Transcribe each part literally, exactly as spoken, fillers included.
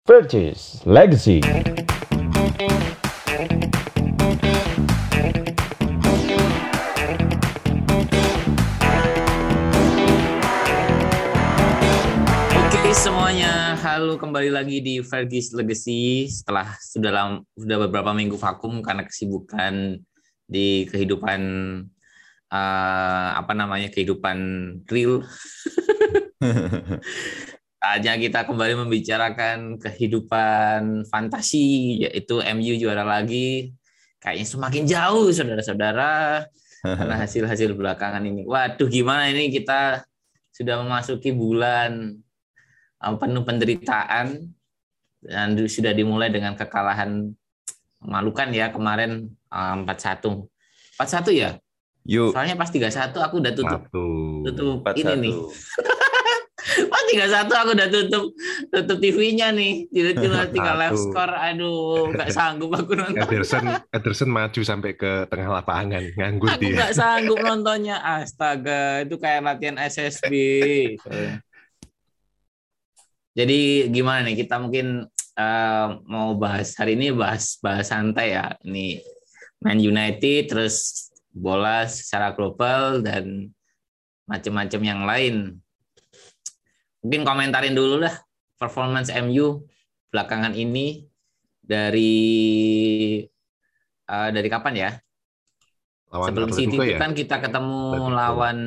Fergie's Legacy. Oke semuanya, halo kembali lagi di Fergie's Legacy. Setelah sudah lama, sudah beberapa minggu vakum karena kesibukan di kehidupan uh, apa namanya kehidupan real. Saatnya kita kembali membicarakan kehidupan fantasi, yaitu M U juara lagi. Kayaknya semakin jauh, saudara-saudara, karena hasil-hasil belakangan ini. Waduh, gimana ini kita sudah memasuki bulan uh, penuh penderitaan dan sudah dimulai dengan kekalahan memalukan ya kemarin uh, empat satu. empat satu ya? Yuk. Soalnya pas tiga satu aku udah tutup. Satu. Tutup empat ini satu. nih. Pas tiga satu aku udah tutup tutup T V-nya nih. Tiba-tiba tinggal live score. Aduh, nggak sanggup aku nonton. Ederson, Ederson maju sampai ke tengah lapangan, nganggur Aku dia. nggak sanggup nontonnya. Astaga, itu kayak latihan S S B. Jadi gimana nih? Kita mungkin uh, mau bahas hari ini bahas bahas santai ya. Ini Man United, terus bola secara global dan macam-macam yang lain. Mungkin komentarin dulu lah performance M U belakangan ini dari uh, dari kapan ya? Lawan Sebelum Atletico City itu ya? kan kita ketemu Atletico. lawan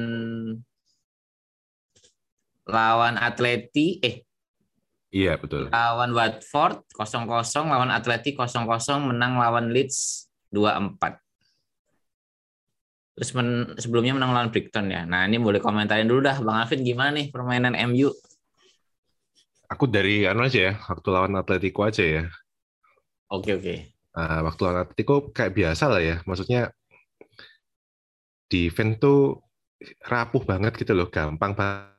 lawan Atleti eh Iya, betul. lawan Watford kosong kosong, lawan Atleti kosong kosong, menang lawan Leeds dua empat. Terus men, sebelumnya menang lawan Brighton ya. Nah, ini boleh komentarin dulu dah Bang Alvin, gimana nih permainan M U? Aku dari anu aja ya, waktu lawan Atletico aja ya. Oke, oke. Nah, waktu lawan Atletico kayak biasa lah ya. Maksudnya defense tuh rapuh banget gitu loh, gampang banget.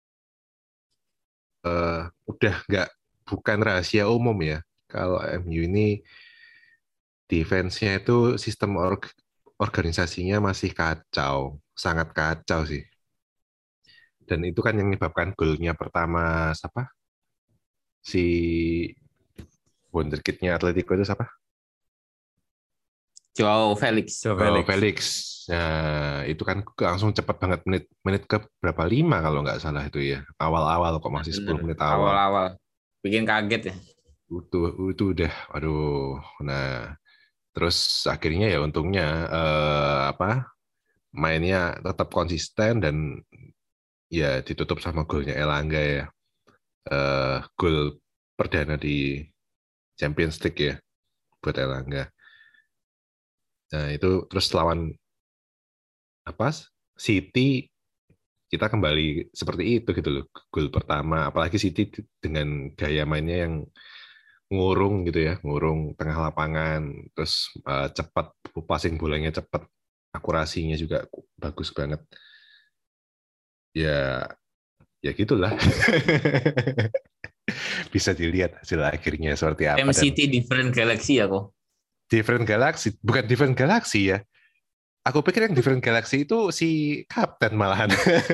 Uh, udah nggak bukan rahasia umum ya. Kalau M U ini defense-nya itu sistem org, organisasinya masih kacau, sangat kacau sih. Dan itu kan yang menyebabkan golnya pertama siapa? Si wonderkid-nya Atletico itu siapa? Joao Felix. Joao Felix. Oh, Felix. Nah, itu kan langsung cepat banget menit menit ke berapa lima kalau nggak salah itu ya. Awal-awal kok masih sepuluh menit awal. Awal-awal. Bikin kaget ya. Itu itu udah aduh. Nah, terus akhirnya ya untungnya eh, apa? Mainnya tetap konsisten dan ya ditutup sama golnya Elanga ya. Uh, gol perdana di Champions League ya buat Elanga. Nah itu terus lawan apa City kita kembali seperti itu gitu loh, gol pertama, apalagi City dengan gaya mainnya yang ngurung gitu ya, ngurung tengah lapangan, terus uh, cepat passing bolanya cepat, akurasinya juga bagus banget. Ya ya gitulah. Bisa dilihat hasil akhirnya seperti apa. M City dan different galaxy ya kok. Different galaxy, bukan different galaxy ya. Aku pikir yang different galaxy itu si Kapten malahan.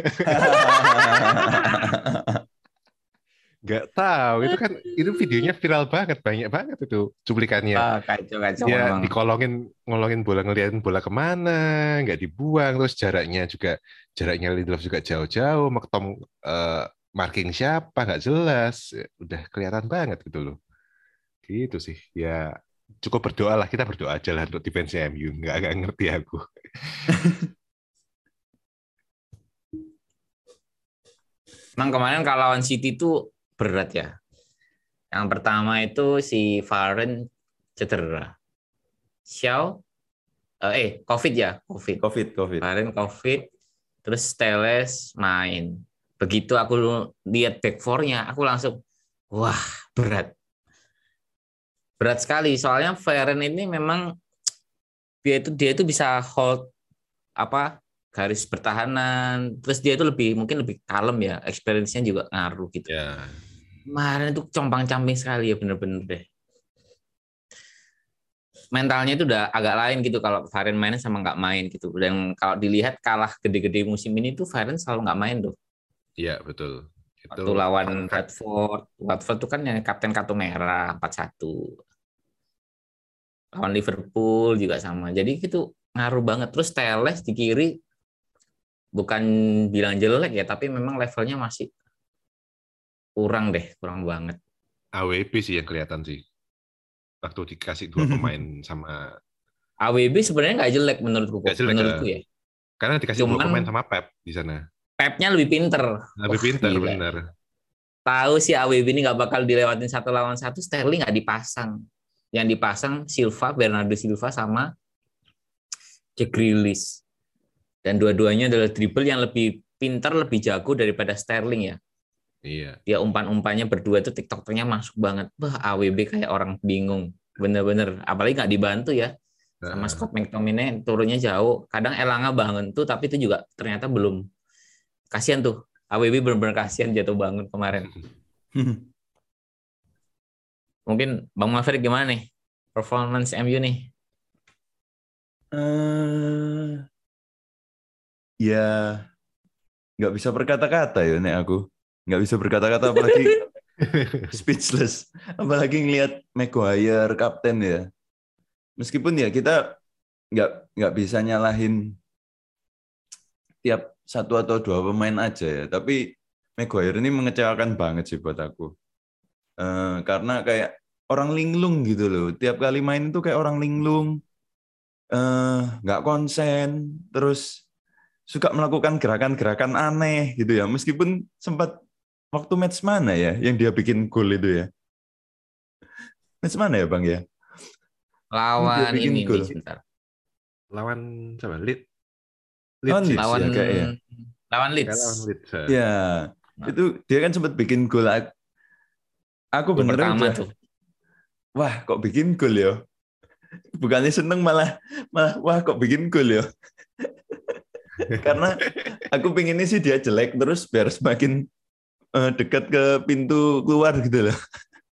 Gak tahu, itu kan itu videonya viral banget, banyak banget itu cuplikannya. Ah, kacau, kacau Dia memang. dikolongin, ngolongin bola, ngeliatin bola kemana, nggak dibuang, terus jaraknya juga, jaraknya Lindelof juga jauh-jauh, McTom uh, marking siapa, nggak jelas, udah kelihatan banget gitu loh. Gitu sih, ya cukup berdoa lah, kita berdoa aja lah untuk defense M U, nggak nggak ngerti aku. Emang kemarin kalau lawan City itu berat ya. Yang pertama itu si Varane cedera. Xiao eh COVID ya, COVID. COVID, COVID. Varane COVID, terus Teles main. Begitu aku lihat back four-nya, aku langsung wah, berat. Berat sekali soalnya Varane ini memang dia itu dia itu bisa hold apa garis pertahanan, terus dia itu lebih mungkin lebih kalem ya, experience-nya juga ngaruh gitu. Ya. Kemarin itu compang-camping sekali ya, bener-bener deh. Mentalnya itu udah agak lain gitu kalau Varane main sama nggak main gitu. Dan kalau dilihat kalah gede-gede musim ini tuh Varane selalu nggak main tuh. Iya betul. Waktu Itu lawan fun fact. Watford, Watford tuh kan yang kapten kartu merah empat satu. Lawan Liverpool juga sama. Jadi itu ngaruh banget. Terus Teles di kiri bukan bilang jelek ya, tapi memang levelnya masih kurang deh, kurang banget. A W B sih yang kelihatan sih. Waktu dikasih dua pemain sama A W B sebenarnya nggak jelek menurutku nggak kok, jelek ya. menurutku ya. Karena dikasih dua Cuman pemain sama Pep di sana. Pepnya lebih pinter. Lebih Wah pintar gila. bener. Tahu sih A W B ini nggak bakal dilewatin satu lawan satu, Sterling nggak dipasang. Yang dipasang Silva, Bernardo Silva sama Jack Grealish. Dan dua-duanya adalah dribble yang lebih pintar, lebih jago daripada Sterling ya. Iya. Dia umpan-umpannya berdua itu TikTok-nya masuk banget. Wah, A W B kayak orang bingung. Bener-bener. Apalagi nggak dibantu ya. Sama Heeh. Scott McTominay turunnya jauh. Kadang Elanga bangun tuh, tapi itu juga ternyata belum. Kasian tuh. A W B bener-bener kasian jatuh bangun kemarin. Mungkin Bang Maverick gimana nih? Performance M U nih. Eh, ya nggak bisa berkata-kata ya nek aku. Nggak bisa berkata-kata apalagi speechless. Apalagi ngelihat Maguire kapten ya. Meskipun ya kita nggak nggak bisa nyalahin tiap satu atau dua pemain aja ya. Tapi Maguire ini mengecewakan banget sih buat aku. Eh, karena kayak orang linglung gitu loh. Tiap kali main itu kayak orang linglung. Eh, nggak konsen. Terus suka melakukan gerakan-gerakan aneh gitu ya. Meskipun sempat waktu match mana ya yang dia bikin gol itu ya. Match mana ya Bang ya? Dia Lawan bikin ini nih, gol. sebentar. Lawan siapa? Leeds. Lawan Leeds. Leeds Lawan ya kayak ya. lawan Kayak lawan Leeds. Leeds. ya. Ya, Nah, itu dia kan sempat bikin gol. Aku gol benernya pertama udah, tuh. wah kok bikin gol ya? Bukannya seneng malah, malah wah kok bikin gol ya? Karena aku pinginnya sih dia jelek terus biar semakin eh, dekat ke pintu keluar gitu loh.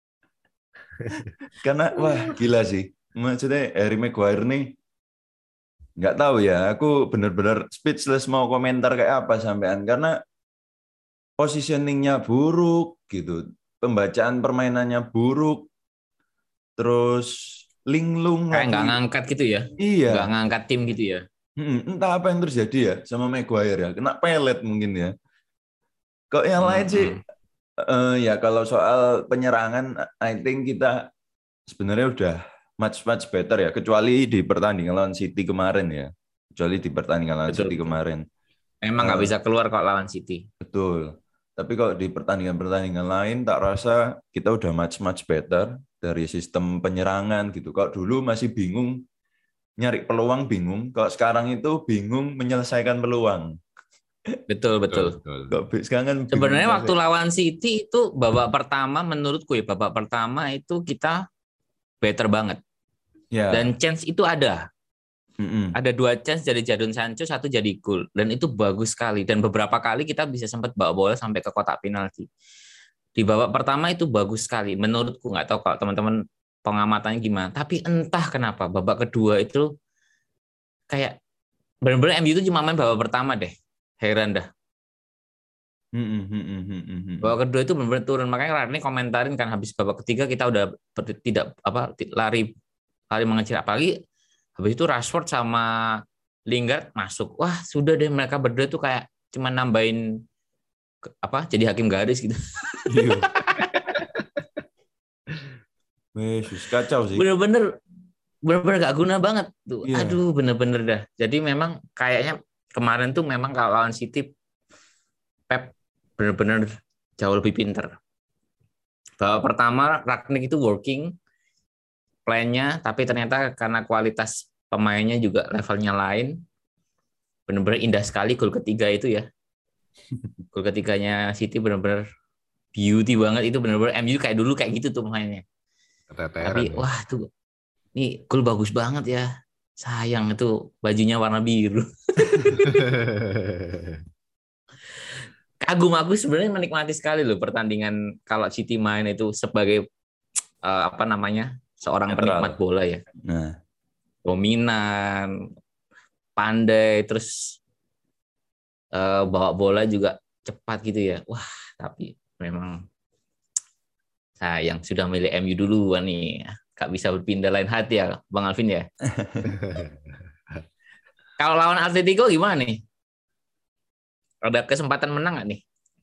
Karena wah gila sih. Maksudnya Harry Maguire nih nggak tahu ya. Aku bener-bener speechless mau komentar kayak apa sampean karena positioningnya buruk gitu, pembacaan permainannya buruk, terus linglung Kayak nggak lagi. ngangkat gitu ya. Nggak Iya, ngangkat tim gitu ya. Hmm, entah apa yang terjadi ya sama Maguire ya, kena pelet mungkin ya. Kok yang lain sih, Mm-mm. eh, ya kalau soal penyerangan, I think kita sebenarnya udah much much better ya, kecuali di pertandingan lawan City kemarin ya, kecuali di pertandingan lawan Betul, City betul. kemarin. Emang nggak Eh, bisa keluar kok lawan City. betul. Tapi kalau di pertandingan-pertandingan lain, tak rasa kita udah much much better dari sistem penyerangan gitu. Kalau dulu masih bingung nyari peluang bingung, kalau sekarang itu bingung menyelesaikan peluang. Betul, Betul, betul. betul. Kok sekarang kan bingung Sebenarnya waktu menyelesaikan. lawan City itu babak pertama menurutku ya, babak pertama itu kita better banget. Dan Ya, chance itu ada. mm-mm. Ada dua chance dari Jadon Sancho, satu jadi gol. Dan itu bagus sekali. Dan beberapa kali kita bisa sempat bawa bola sampai ke kotak penalti. Di babak pertama itu bagus sekali. Menurutku, nggak tahu kalau teman-teman pengamatannya gimana. Tapi entah kenapa babak kedua itu kayak benar-benar M U itu cuma main babak pertama deh. Heran dah. Mm-mm, mm-mm, mm-mm, mm-mm. Babak kedua itu benar-benar turun. Makanya Rani komentarin kan habis babak ketiga kita udah tidak apa lari lari mengecil. Apalagi habis itu Rashford sama Lingard masuk. Wah, sudah deh mereka berdua tuh kayak cuma nambahin apa jadi hakim garis gitu. Iya. Wes, wes, kacau sih. Bener-bener bener-bener gak guna banget tuh. Iya. Aduh, bener-bener dah. Jadi memang kayaknya kemarin tuh memang kalau lawan City Pep bener-bener jauh lebih pinter. Babak pertama Ragnik itu working plan-nya, tapi ternyata karena kualitas pemainnya juga levelnya lain, bener-bener indah sekali gol ketiga itu ya. Gol ketiganya City bener-bener beauty banget, itu bener-bener M U kayak dulu kayak gitu tuh mainnya. Keteteran Tapi ya. wah tuh, nih gol bagus banget ya. Sayang itu bajunya warna biru. Kagum aku sebenarnya menikmati sekali loh pertandingan kalau City main itu sebagai eh, apa namanya seorang penikmat Netral. bola ya. Nah, Dominan, pandai, terus eh, bawa bola juga cepat gitu ya. Wah, tapi memang sayang sudah milih M U duluan nih. Gak bisa berpindah lain hati ya, Bang Alvin ya. Kalau lawan Atletico gimana nih? Ada kesempatan menang nggak nih?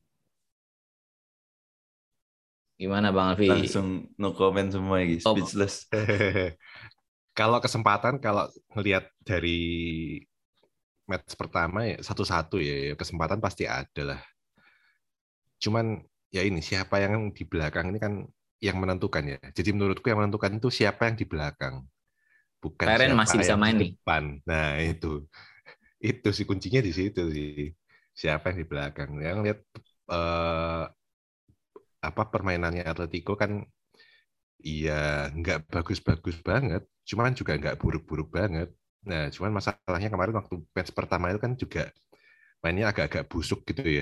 Gimana Bang Alvin? Langsung no comment semua lagi, speechless. Kalau kesempatan, kalau ngelihat dari match pertama ya satu-satu ya, kesempatan pasti ada lah. Cuman ya ini siapa yang di belakang ini kan yang menentukan ya. Jadi menurutku yang menentukan itu siapa yang di belakang, bukan Karen siapa masih bisa yang main di nih. depan. Nah itu, itu sih kuncinya di situ sih. Siapa yang di belakang? Yang lihat eh, apa permainannya Atletico kan, iya nggak bagus-bagus banget, cuman juga nggak buruk-buruk banget. Nah, cuman masalahnya kemarin waktu match pertama itu kan juga mainnya agak-agak busuk gitu ya.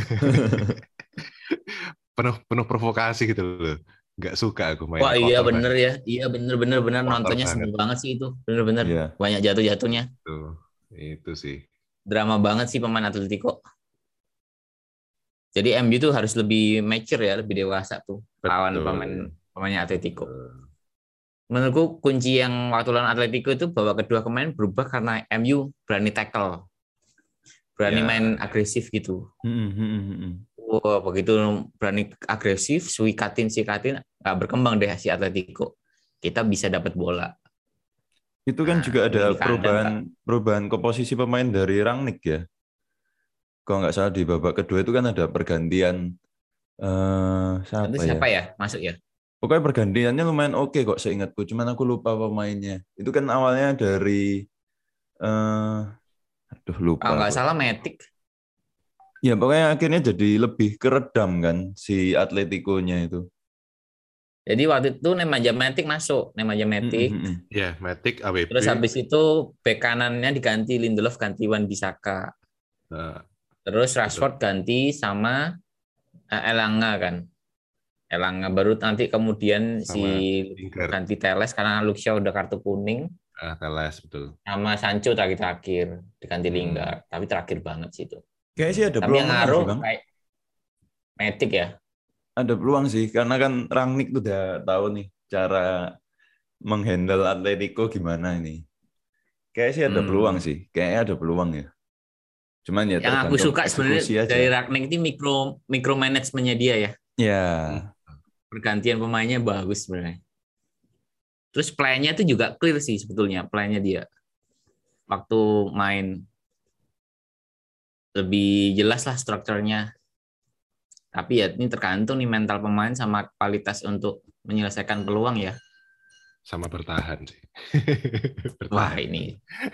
penuh penuh provokasi gitu loh. Nggak suka aku Wah mainnya iya kotor bener banget. ya, iya bener bener bener Kotor nontonnya banget. seru banget sih itu, bener-bener Iya. banyak jatuh-jatuhnya, Tuh, itu sih. drama banget sih pemain Atletico. Jadi M U tuh harus lebih mature ya, lebih dewasa tuh lawan pemain Betul. pemainnya Atletico. Betul. Menurutku kunci yang waktu lawan Atletico itu bahwa kedua pemain berubah karena M U berani tackle, berani Ya, main ya. agresif gitu. Hmm, hmm, hmm, hmm. Wah begitu berani agresif, swikatin sikatin, nggak berkembang deh si Atletico. Kita bisa dapat bola. Itu kan Nah juga ini ada di kandang Kak. perubahan perubahan komposisi pemain dari Rangnick ya. Kalau nggak salah di babak kedua itu kan ada pergantian eh Itu siapa ya? siapa ya masuk ya? Pokoknya pergantiannya lumayan oke kok seingatku. Cuman aku lupa pemainnya. Itu kan awalnya dari eh aduh lupa Kalau nggak aku. salah Matic. Ya pokoknya akhirnya jadi lebih keredam kan si Atletico-nya itu. Jadi waktu itu Nemanja Matic masuk, Nemanja Hmm, hmm, Matic. hmm, hmm. Ya, Matic, A W B. Terus habis itu bek kanannya diganti Lindelof ganti Wan Bissaka. Nah, Terus betul. Rashford ganti sama eh, Elanga kan. Elanga baru nanti kemudian si Sama Lingard. ganti Teles karena Luke Shaw udah kartu kuning Ah, Teles, betul. sama Sancho terakhir-terakhir diganti Hmm. Lingard. Tapi terakhir banget sih itu. Kayaknya sih ada Tapi peluang yang menang ngaruh sih Bang. kayak Matic ya. Ada peluang sih karena kan Rangnick tuh udah tahu nih cara menghandle Atletico gimana ini. Kayaknya sih ada peluang Hmm. sih. Kayaknya ada peluang ya. Cuman ya Yang aku tergantung suka sebenarnya eksekusi aja. dari Rangnick ini mikro mikro manajemennya dia ya. Ya. Hmm. Pergantian pemainnya bagus sebenarnya. Terus play-nya itu juga clear sih sebetulnya play-nya dia. Waktu main lebih jelas lah strukturnya. Tapi ya ini tergantung nih mental pemain sama kualitas untuk menyelesaikan peluang ya. Sama bertahan sih. Wah bertahan. ini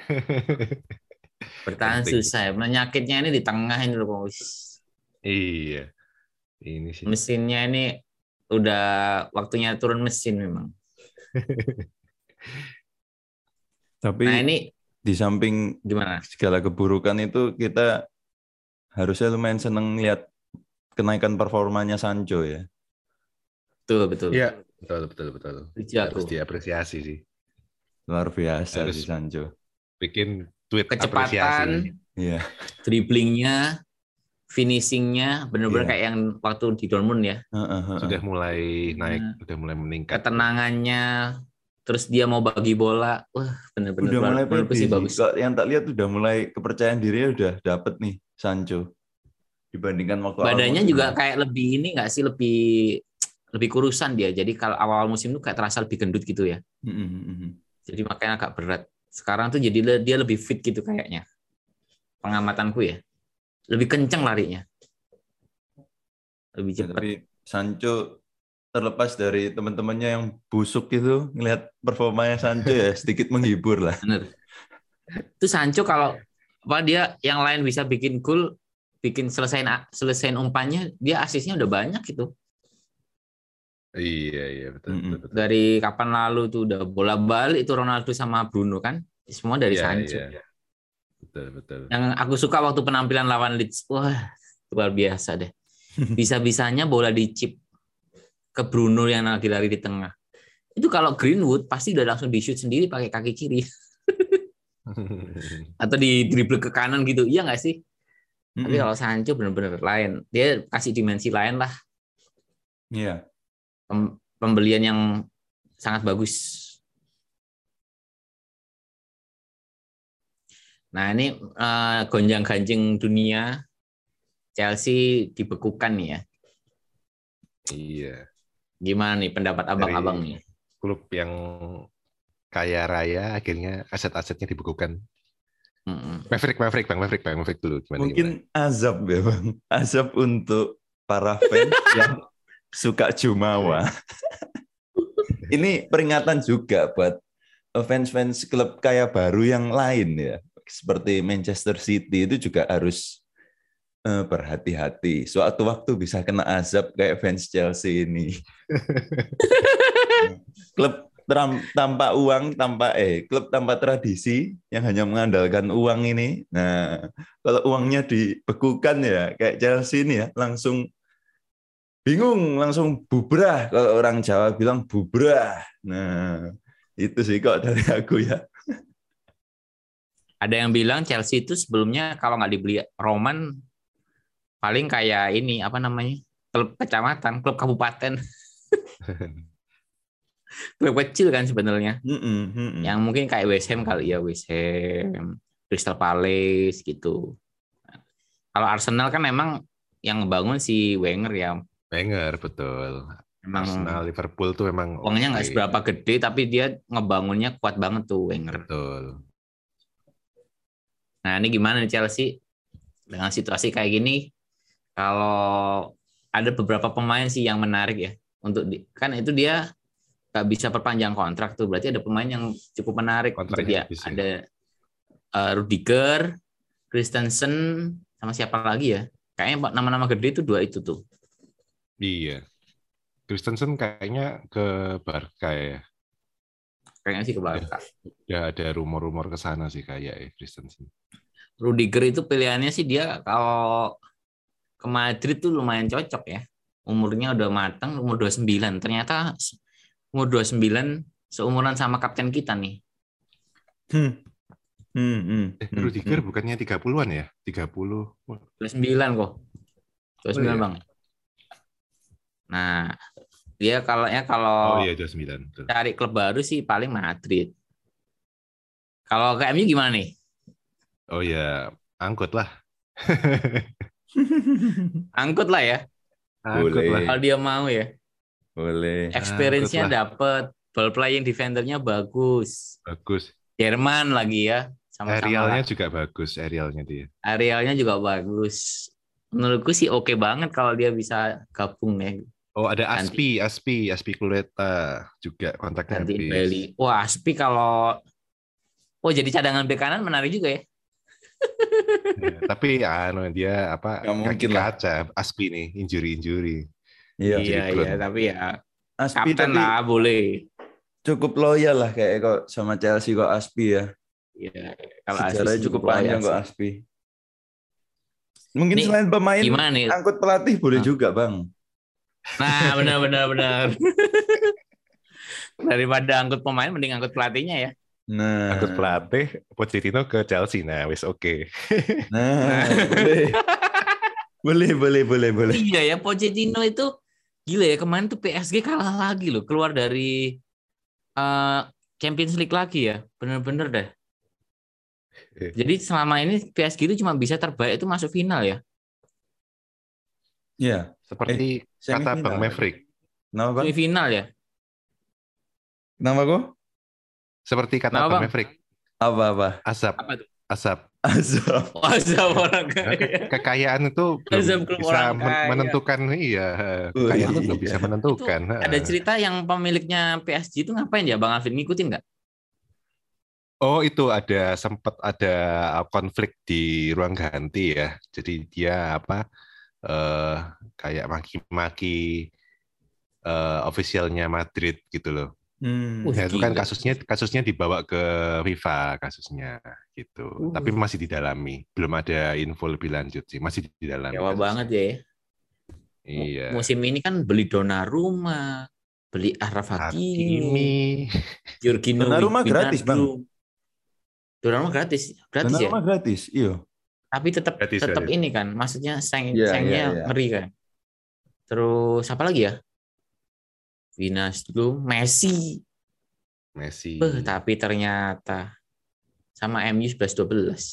bertahan Penting. susah. Penyakitnya ini di tengah ini loh. Iya. Ini sih. Mesinnya ini udah waktunya turun mesin memang. Tapi Nah ini di samping gimana? segala keburukan itu kita harusnya lumayan seneng lihat kenaikan performanya Sancho ya. Betul betul. Iya, betul betul betul. Setuju aku. Harus diapresiasi sih. Luar biasa Harus si Sancho. bikin tweet apresiasi. Kecepatan, Iya. dribblingnya, finishingnya benar-benar Iya. kayak yang waktu di Dortmund ya. Heeh, heeh. Sudah mulai naik, Nah, sudah mulai meningkat. ketenangannya, terus dia mau bagi bola, wah benar-benar Udah mulai menurutku pede sih sih. bagus. Kok yang tak lihat udah mulai kepercayaan dirinya udah dapet nih Sancho dibandingkan waktu awal Badannya musim. juga kayak lebih ini nggak sih lebih lebih kurusan dia. Jadi kalau awal musim itu kayak terasa lebih gendut gitu ya. Heeh, heeh. Jadi makanya agak berat. Sekarang tuh jadi dia lebih fit gitu kayaknya. Pengamatanku ya. Lebih kenceng larinya. Lebih Ya, cepat. tapi Sancho terlepas dari teman-temannya yang busuk itu, ngelihat performanya Sancho ya sedikit menghibur lah. Bener. Itu Sancho kalau apa dia yang lain bisa bikin gol, bikin selesain selesain umpannya, dia asisnya udah banyak gitu. Iya, iya, betul, Mm-mm. betul, betul. Dari kapan lalu tuh udah bola balik itu Ronaldo sama Bruno kan, semua dari Iya, Sancho. iya. Betul, betul. Yang aku suka waktu penampilan lawan Leeds, wah luar biasa deh. Bisa-bisanya bola dicip ke Bruno yang lagi lari di tengah. Itu kalau Greenwood pasti udah langsung di shoot sendiri pakai kaki kiri atau di dribble ke kanan gitu. Iya nggak sih? Tapi Mm-mm. kalau Sancho benar-benar lain. Dia kasih dimensi lain lah Iya. Pem- Pembelian yang sangat bagus. Nah ini uh, gonjang-ganjing dunia, Chelsea dibekukan nih ya. Iya. Gimana nih pendapat abang-abang Dari nih? klub yang kaya raya akhirnya aset-asetnya dibekukan. Mm-mm. Maverick, Maverick, Bang Maverick, Bang Maverick dulu gimana? Mungkin gimana? azab ya bang, azab untuk para fans yang suka jumawa. Ini peringatan juga buat fans-fans klub kaya baru yang lain ya, seperti Manchester City itu juga harus eh, berhati-hati. Suatu waktu bisa kena azab kayak fans Chelsea ini. Klub Tram- tanpa uang, tanpa eh klub tanpa tradisi yang hanya mengandalkan uang ini. Nah, kalau uangnya dibekukan ya kayak Chelsea ini ya, langsung bingung, langsung bubrah. Kalau orang Jawa bilang bubrah. Nah, itu sih kok dari aku ya. Ada yang bilang Chelsea itu sebelumnya kalau nggak dibeli Roman paling kayak ini apa namanya, klub kecamatan, klub kabupaten, klub kecil kan sebenarnya. Mm-mm, mm-mm. Yang mungkin kayak West Ham kali ya, West Ham, Crystal Palace gitu. Kalau Arsenal kan memang yang ngebangun si Wenger ya. Wenger, betul. Memang Arsenal, Liverpool tuh memang uangnya nggak oke. seberapa gede, tapi dia ngebangunnya kuat banget tuh Wenger. Betul. Nah ini gimana nih Chelsea dengan situasi kayak gini? Kalau ada beberapa pemain sih yang menarik ya untuk di, kan itu dia nggak bisa perpanjang kontrak tuh, berarti ada pemain yang cukup menarik untuk dia. Kontraknya habis ya. Ada uh, Rudiger, Christensen, sama siapa lagi ya? Kayaknya nama-nama gede itu dua itu tuh. Iya. Christensen kayaknya ke Barca ya. Kayaknya sih ke Barca. Ya ada rumor-rumor ke sana sih kayak ya Christensen. Rudiger itu pilihannya sih dia kalau ke Madrid tuh lumayan cocok ya. Umurnya udah matang, umur dua puluh sembilan. Ternyata umur dua puluh sembilan seumuran sama kapten kita nih. Hmm. Hmm, hmm, Eh, hmm, Rudiger hmm. bukannya tiga puluhan ya? tiga puluh. dua puluh sembilan kok. dua puluh sembilan Oh, iya. Bang. Nah, dia kalau ya kalau Oh iya, dua puluh sembilan. Betul. cari klub baru sih paling Madrid. Kalau ke M U gimana nih? Oh ya, angkut lah. Angkut lah ya. Angkut Boleh. lah. Kalau dia mau ya. Boleh. Experience-nya Angkut lah. dapet, ball playing defendernya bagus. Bagus. Jerman lagi ya, sama-sama Aerialnya lah. juga bagus, aerialnya dia. Arealnya juga bagus. Menurutku sih oke banget kalau dia bisa gabung ya. Oh, ada Ganti- Aspi, Aspi, Aspi Kuleta juga kontaknya Gantiin habis. Bailey. Wah, Aspi kalau oh jadi cadangan bek kanan menarik juga ya. Ya, tapi anu dia apa Nggak kaki mungkin lah. kaca Aspi nih, injury-injury. Iya. Jadi Iya, prone. iya, tapi ya Aspi kapten tapi lah boleh. cukup loyal lah kayak kok sama Chelsea kok Aspi ya. Iya, kalau Aspi Sejarahnya sih cukup loyal panjang kok sih. Aspi. Mungkin Nih, selain pemain, gimana nih? angkut pelatih boleh Nah. juga, Bang. Nah, benar benar benar. Daripada angkut pemain mending angkut pelatihnya ya. Nah, Angkut pelatih Pochettino ke Chelsea, nah wis oke. nah, boleh. Boleh, boleh, boleh, boleh. Iya ya, Pochettino itu gila ya, kemarin tuh P S G kalah lagi loh, keluar dari uh, Champions League lagi ya. Bener-bener deh. Jadi selama ini P S G itu cuma bisa terbaik itu masuk final ya. Iya. Seperti kata semifinal. Bang Maverick. Kenapa, Bang? Semifinal ya. Kenapa kok? Seperti kata Kenapa, Bang Bang? Maverick. Apa-apa? Asap, Apa tuh? asap. Azab. Wah, sama orang Nah, ke- kaya. kekayaan itu belum Asap klub bisa orang men- kaya. menentukan, iya. Oh, Kekayaan itu iya. belum bisa Itu menentukan. ada cerita yang pemiliknya P S G itu ngapain ya, Bang Alvin? Ngikutin nggak? Oh, itu ada sempat ada konflik di ruang ganti ya. Jadi dia apa eh kayak maki-maki eh, ofisialnya Madrid gitu loh. Hmm. Wih, Ya, itu kan gila. kasusnya kasusnya dibawa ke FIFA kasusnya gitu. Uh. Tapi masih didalami. Belum ada info lebih lanjut sih. Masih didalami. Kecewa kasusnya. banget ya. Iya. Musim ini kan beli Donnarumma, beli Achraf Hakimi, Hakimi. Jorginho Donnarumma gratis, Bang. Wijnaldum. Donnarumma gratis, gratis ya. Donnarumma gratis, iya. Tapi tetap Gratis, tetap gratis. ini kan, maksudnya sayang Iya, sayangnya iya, iya. ngeri kan. Terus apa lagi ya? Winas dulu Messi. Messi. Beuh, tapi ternyata sama M U sebelas dua belas.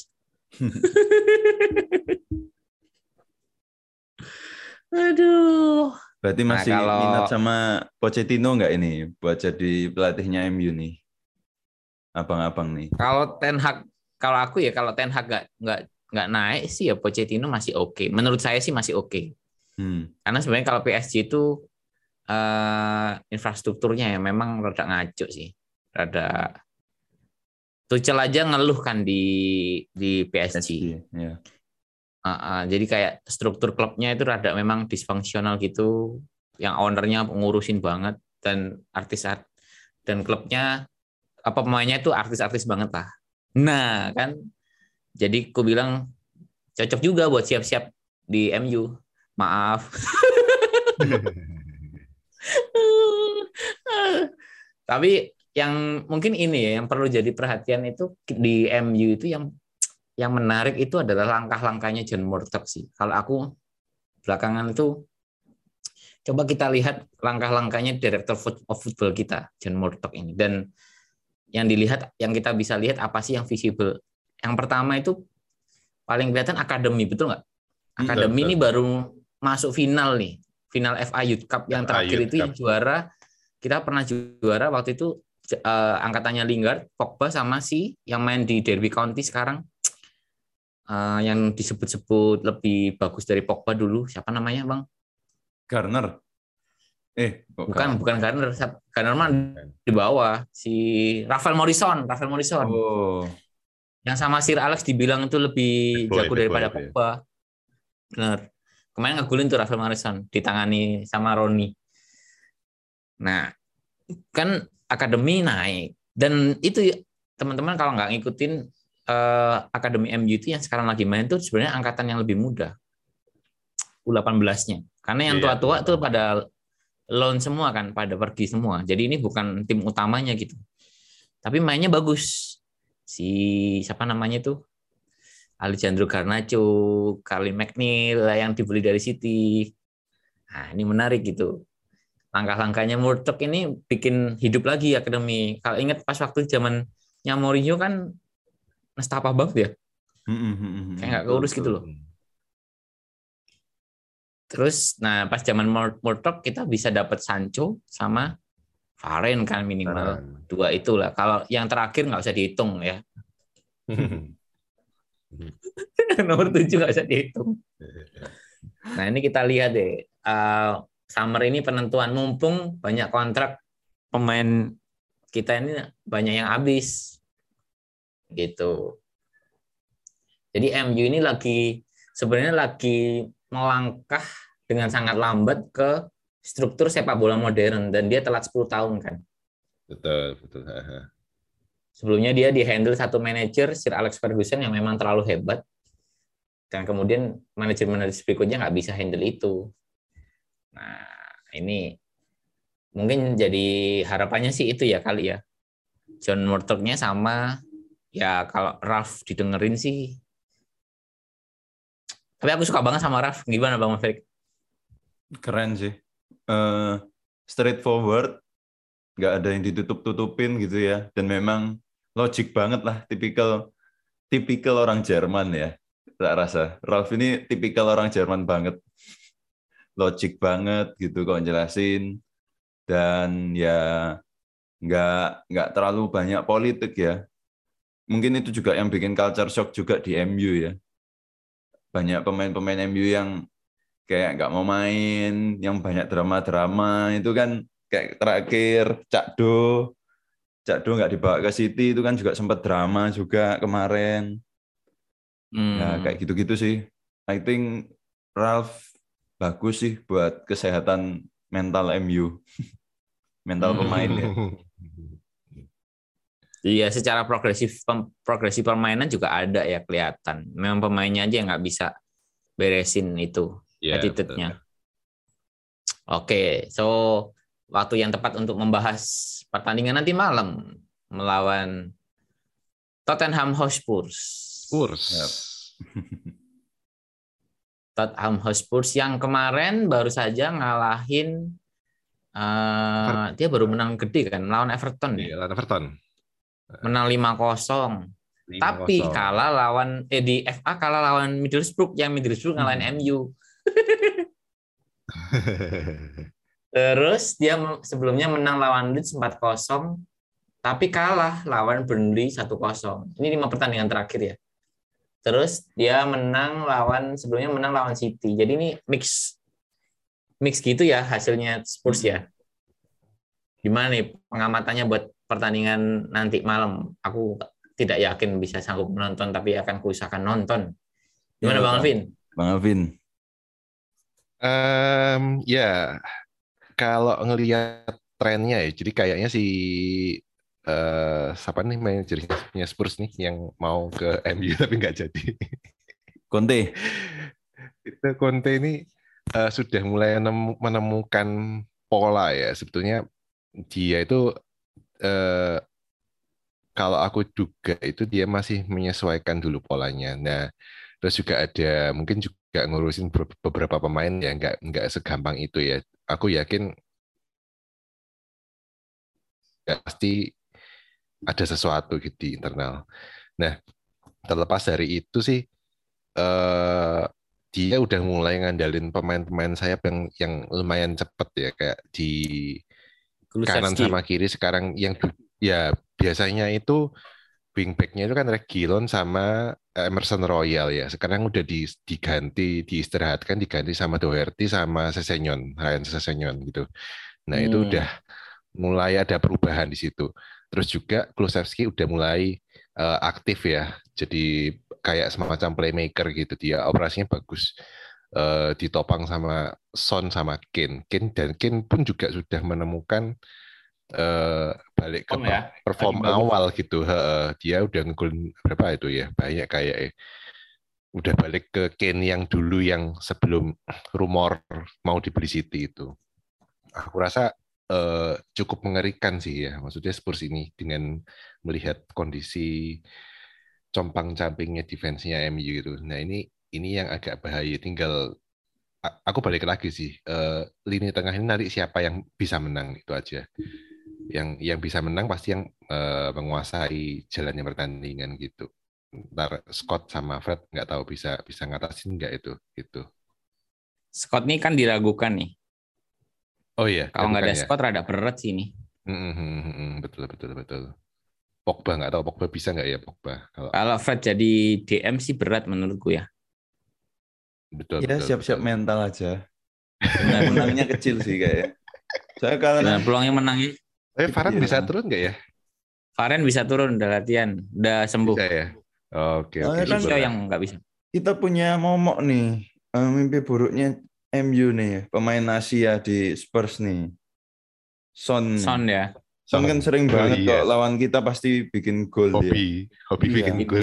Aduh. Berarti Nah, masih kalau minat sama Pochettino nggak ini buat jadi pelatihnya M U nih? Abang-abang nih. kalau Ten Hag, kalau aku ya kalau Ten Hag nggak nggak nggak naik sih ya Pochettino masih oke. Menurut saya sih masih oke. Hmm. Karena sebenarnya kalau P S G itu uh, infrastrukturnya ya memang rada ngaco sih. Rada Tuchel aja ngeluh kan di di P S G. P S G, ya. Uh, uh, jadi kayak struktur klubnya itu rada memang disfungsional gitu, yang ownernya ngurusin banget dan artis dan klubnya apa pemainnya itu artis-artis banget lah. Nah kan, jadi aku bilang cocok juga buat siap-siap di M U. Maaf. Tapi yang mungkin ini ya yang perlu jadi perhatian itu di M U itu yang yang menarik itu adalah langkah-langkahnya John Murtough sih. Kalau aku belakangan itu coba kita lihat langkah-langkahnya Director of Football kita John Murtough ini, dan yang dilihat yang kita bisa lihat apa sih yang visible. Yang pertama itu paling kelihatan akademi, betul nggak? Akademi ini baru masuk final nih, final F A Youth Cup yang terakhir itu yang juara. Kita pernah juara waktu itu uh, angkatannya Lingard, Pogba sama si yang main di Derby County sekarang. Uh, yang disebut-sebut lebih bagus dari Pogba dulu, siapa namanya bang? Garner. Eh, bukan, bukan Garner. Garner mah di bawah. Si Rafael Morrison, Rafael Morrison. Oh. Yang sama Sir Alex dibilang itu lebih boy, jago daripada boy, Pogba. Benar. Kemarin ngegulin tuh Rafael Morrison, ditangani sama Rooney. Nah, kan akademi naik. Dan itu teman-teman kalau nggak ngikutin Uh, Akademi M U itu yang sekarang lagi main tuh sebenarnya angkatan yang lebih muda, U delapan belas-nya. Karena yang tua-tua yeah. tuh pada loan semua kan, pada pergi semua. Jadi ini bukan tim utamanya gitu. Tapi mainnya bagus. Si siapa namanya tuh? Alejandro Garnacho, Calvin McNeil yang dibeli dari City. Nah, ini menarik gitu. Langkah-langkahnya Murtough ini bikin hidup lagi akademi. Kalau ingat pas waktu zamannya Mourinho kan nestapa banget ya, mm-hmm. kayak nggak keurus gitu loh. Terus, nah pas zaman Murtough kita bisa dapat Sancho sama Varane kan minimal Varane. Dua itulah. Kalau yang terakhir nggak usah dihitung ya. Nomor tujuh nggak usah dihitung. Nah ini kita lihat deh, uh, summer ini penentuan, mumpung banyak kontrak pemain kita ini banyak yang habis. Gitu. Jadi M U ini lagi sebenarnya lagi melangkah dengan sangat lambat ke struktur sepak bola modern, dan dia telat sepuluh tahun kan. Betul, betul. Sebelumnya dia di-handle satu manajer Sir Alex Ferguson yang memang terlalu hebat. Dan kemudian manajer-manajer berikutnya nggak bisa handle itu. Nah, ini mungkin jadi harapannya sih itu ya kali ya. John Murtough-nya sama ya, kalau Ralf didengerin sih. Tapi aku suka banget sama Ralf. Gimana Bang Maverick? Keren sih. Uh, straightforward. Nggak ada yang ditutup-tutupin gitu ya. Dan memang logik banget lah. Tipikal tipikal orang Jerman ya. Tak rasa. Ralf ini tipikal orang Jerman banget. Logik banget gitu kok jelasin. Dan ya nggak, nggak terlalu banyak politik ya. Mungkin itu juga yang bikin culture shock juga di M U ya. Banyak pemain-pemain M U yang kayak nggak mau main, yang banyak drama-drama itu kan, kayak terakhir Cak Do, Cak Do nggak dibawa ke City itu kan juga sempat drama juga kemarin. Hmm. Ya kayak gitu-gitu sih. I think Ralf bagus sih buat kesehatan mental M U, mental pemain ya. Iya, secara progresif progresif permainan juga ada ya kelihatan. Memang pemainnya aja yang nggak bisa beresin itu ya, attitude-nya. Oke, so waktu yang tepat untuk membahas pertandingan nanti malam melawan Tottenham Hotspur. Spurs. Yep. Tottenham Hotspur yang kemarin baru saja ngalahin Uh, dia baru menang gede kan lawan Everton ya. Iya, lawan Everton. Menang lima kosong. Tapi kalah lawan eh di F A kalah lawan Middlesbrough yang Middlesbrough ngalahin Hmm. M U. Terus dia sebelumnya menang lawan Leeds empat kosong, tapi kalah lawan Burnley satu kosong. Ini lima pertandingan terakhir ya. Terus dia menang lawan sebelumnya menang lawan City. Jadi ini mix mix gitu ya hasilnya Spurs ya. Gimana nih pengamatannya buat pertandingan nanti malam? Aku tidak yakin bisa sanggup menonton, tapi akan kuusahakan nonton. Gimana Ya, Bang Alvin? Bang Alvin. Um, ya, kalau ngelihat trennya ya, jadi kayaknya si uh, siapa nih manajernya Spurs nih yang mau ke M U tapi nggak jadi. Conte. Itu Conte ini uh, sudah mulai menemukan pola ya. Sebetulnya dia itu uh, kalau aku duga itu dia masih menyesuaikan dulu polanya. Nah, terus juga ada mungkin juga ngurusin beberapa pemain ya nggak nggak segampang itu ya. Aku yakin ya, pasti ada sesuatu gitu di internal. Nah, terlepas dari itu sih eh, dia udah mulai ngandalin pemain-pemain sayap yang yang lumayan cepet ya kayak di kanan Kulusevski. sama kiri sekarang yang ya biasanya itu wingbacknya itu kan Reguilon sama Emerson Royal ya. Sekarang udah di, diganti, diistirahatkan, diganti sama Doherty sama Sessegnon, Ryan Sessegnon gitu. Nah Hmm. itu udah mulai ada perubahan di situ. Terus juga Kulusevski udah mulai uh, aktif ya. Jadi kayak semacam playmaker gitu. Dia operasinya bagus. Uh, ditopang sama Son sama Kane. Kane dan Kane pun juga sudah menemukan Uh, balik ke Om ya, perform lagi bagus. awal gitu. Uh, dia udah ngegolin berapa itu ya? Banyak kayak eh. udah balik ke Kane yang dulu yang sebelum rumor mau dibeli City itu. Aku rasa uh, cukup mengerikan sih ya. Maksudnya Spurs ini dengan melihat kondisi compang-campingnya defense-nya M U gitu. Nah, ini ini yang agak bahaya. Tinggal aku balik lagi sih. Uh, lini tengah ini nanti siapa yang bisa menang itu aja. Yang yang bisa menang pasti yang uh, menguasai jalannya pertandingan gitu. Ntar Scott sama Fred nggak tahu bisa bisa ngatasin nggak itu gitu. Scott nih kan diragukan nih. Oh iya, Kalau nggak ada ya. Scott rada berat sih ini. Mm-hmm, betul betul betul. Pogba nggak tahu Pogba bisa nggak ya Pogba. Kalau kalau Fred jadi D M sih berat menurutku ya. Betul Ya betul. siap-siap betul. mental aja. Benar menangnya kecil sih kayaknya. Saya kalau Nah, peluangnya menangnya. Eh, Varane iya. bisa turun nggak ya? Varane bisa turun, udah latihan, udah sembuh. Bisa ya. Oke Oh, oke. kan Lucio yang nggak bisa. Kita punya momok nih, uh, mimpi buruknya M U nih, pemain Asia di Spurs nih. Son. nih. Son ya. Son kan Son. sering Oh, banget iya. kok lawan kita pasti bikin gol dia. Hobi, hobi Iya. bikin gol.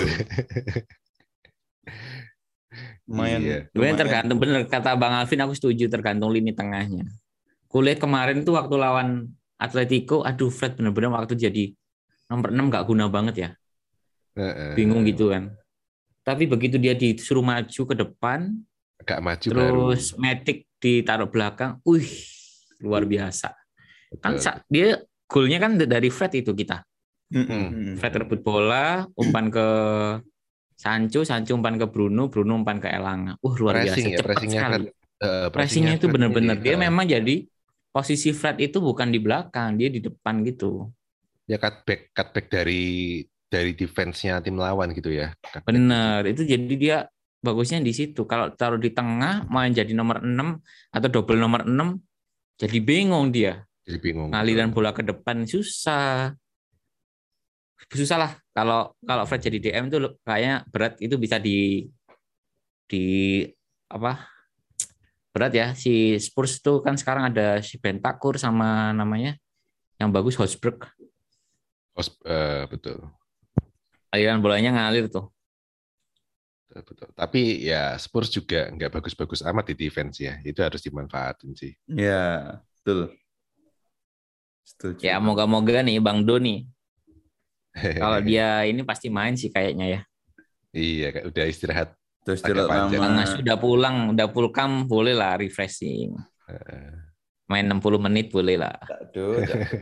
Lumayan. Iya. Sebenarnya tergantung, bener kata Bang Alvin, aku setuju tergantung lini tengahnya. Kulihat kemarin tuh waktu lawan Atletico, aduh Fred bener-bener waktu jadi nomor enam nggak guna banget ya. Bingung gitu kan. Tapi begitu dia disuruh maju ke depan, agak maju terus baru. Matic ditaruh belakang, wih luar biasa. Betul. Kan dia golnya kan dari Fred itu kita. Hmm. Fred rebut bola, umpan ke Sancho, Sancho umpan ke Bruno, Bruno umpan ke Elanga. Uh luar Pressing biasa, ya, cepat pressingnya sekali. Fred, uh, Pressingnya itu Fred benar-benar ini, dia uh, memang jadi posisi Fred itu bukan di belakang, dia di depan gitu. Ya cutback, cutback dari dari defense-nya tim lawan gitu ya. Benar, itu jadi dia bagusnya di situ. Kalau taruh di tengah main jadi nomor enam atau double nomor enam, jadi bingung dia. Jadi bingung. Ngaliran bola ke depan susah. Susah lah kalau kalau Fred jadi D M itu kayaknya berat, itu bisa di di apa? Berat ya. Si Spurs tuh kan sekarang ada si Bentancur sama namanya yang bagus Hosberg. Hos, uh, betul. Aliran bolanya ngalir tuh. Betul, betul. Tapi ya Spurs juga nggak bagus-bagus amat di defense ya. Itu harus dimanfaatin sih. Ya, betul. Setuju. Ya moga-moga nih Bang Doni. Kalau dia ini pasti main sih kayaknya ya. Iya, kayak udah istirahat. Terus istirahat lama. Tengah sudah pulang, udah pull camp, boleh lah refreshing. Main enam puluh menit boleh lah. Aduh,